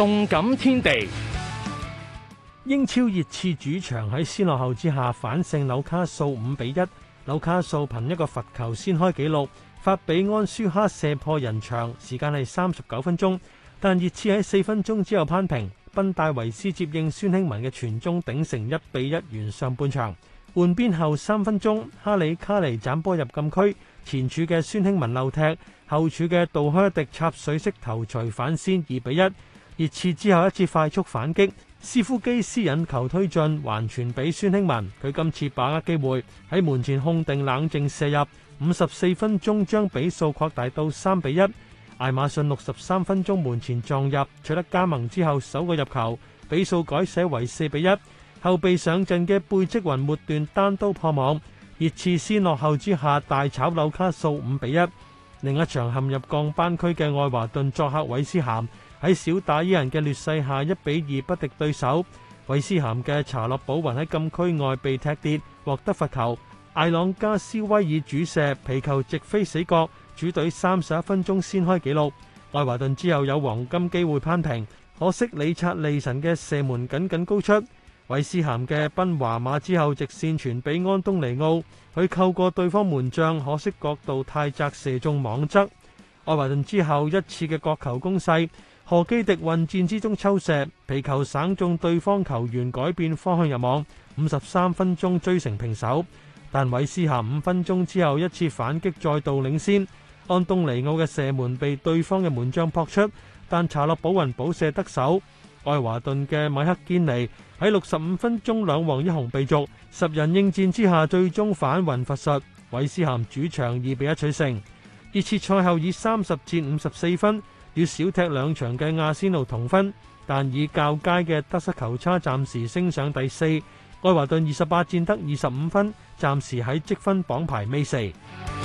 動感天地， 英超熱刺主場喺先落後之下反勝紐卡素5-1，紐卡素憑一個罰球先開紀錄，法比安舒克射破人牆，時間係39分鐘，但熱刺喺4分鐘之後攀平，賓戴維斯接應孫興文嘅傳中頂成1-1完上半場。換邊後3分鐘，哈里卡尼斬波入禁區，前柱嘅孫興文漏踢，後柱嘅杜靴迪插水式頭槌反先2-1。熱刺之後一次快速反擊，斯夫基斯引球推進，還傳俾孫興文，佢今次把握機會喺門前控定冷靜射入，54分鐘將比數擴大到3-1。艾馬遜63分鐘門前撞入，取得加盟之後首個入球，比數改寫為4-1。後備上陣嘅貝積雲末段單刀破網，熱刺先落後之下大炒紐卡素5-1。另一場陷入降班區嘅愛華頓作客韋斯咸，喺小打伊人嘅劣勢下1-2不敵對手。韋斯咸嘅查洛保雲喺禁區外被踢跌，獲得罰球。艾朗加斯威爾主射皮球直飛死角，主隊31分鐘先開紀錄。愛華頓之後有黃金機會攀平，可惜理察利神嘅射門僅僅高出。韋斯咸嘅賓華馬之後直線傳俾安東尼奧，佢扣過對方門將，可惜角度太窄射中網側。愛華頓之後一次嘅角球攻勢，何基迪混戰之中抽射，皮球省中對方球員改變方向入網，53分鐘追成平手。但韋斯咸5分鐘之後一次反擊再度領先，安東尼奧嘅射門被對方嘅門將撲出，但查洛保雲補射得手。愛華頓嘅米克堅尼喺65分鐘兩黃一紅被逐，10人應戰之下最終返魂乏術，韋斯咸主場2-1取勝。熱刺賽後以30戰54分與少踢兩場嘅阿仙奴同分，但以較佳嘅得失球差暫時升上第4。愛華頓28戰得25分，暫時喺積分榜排尾4。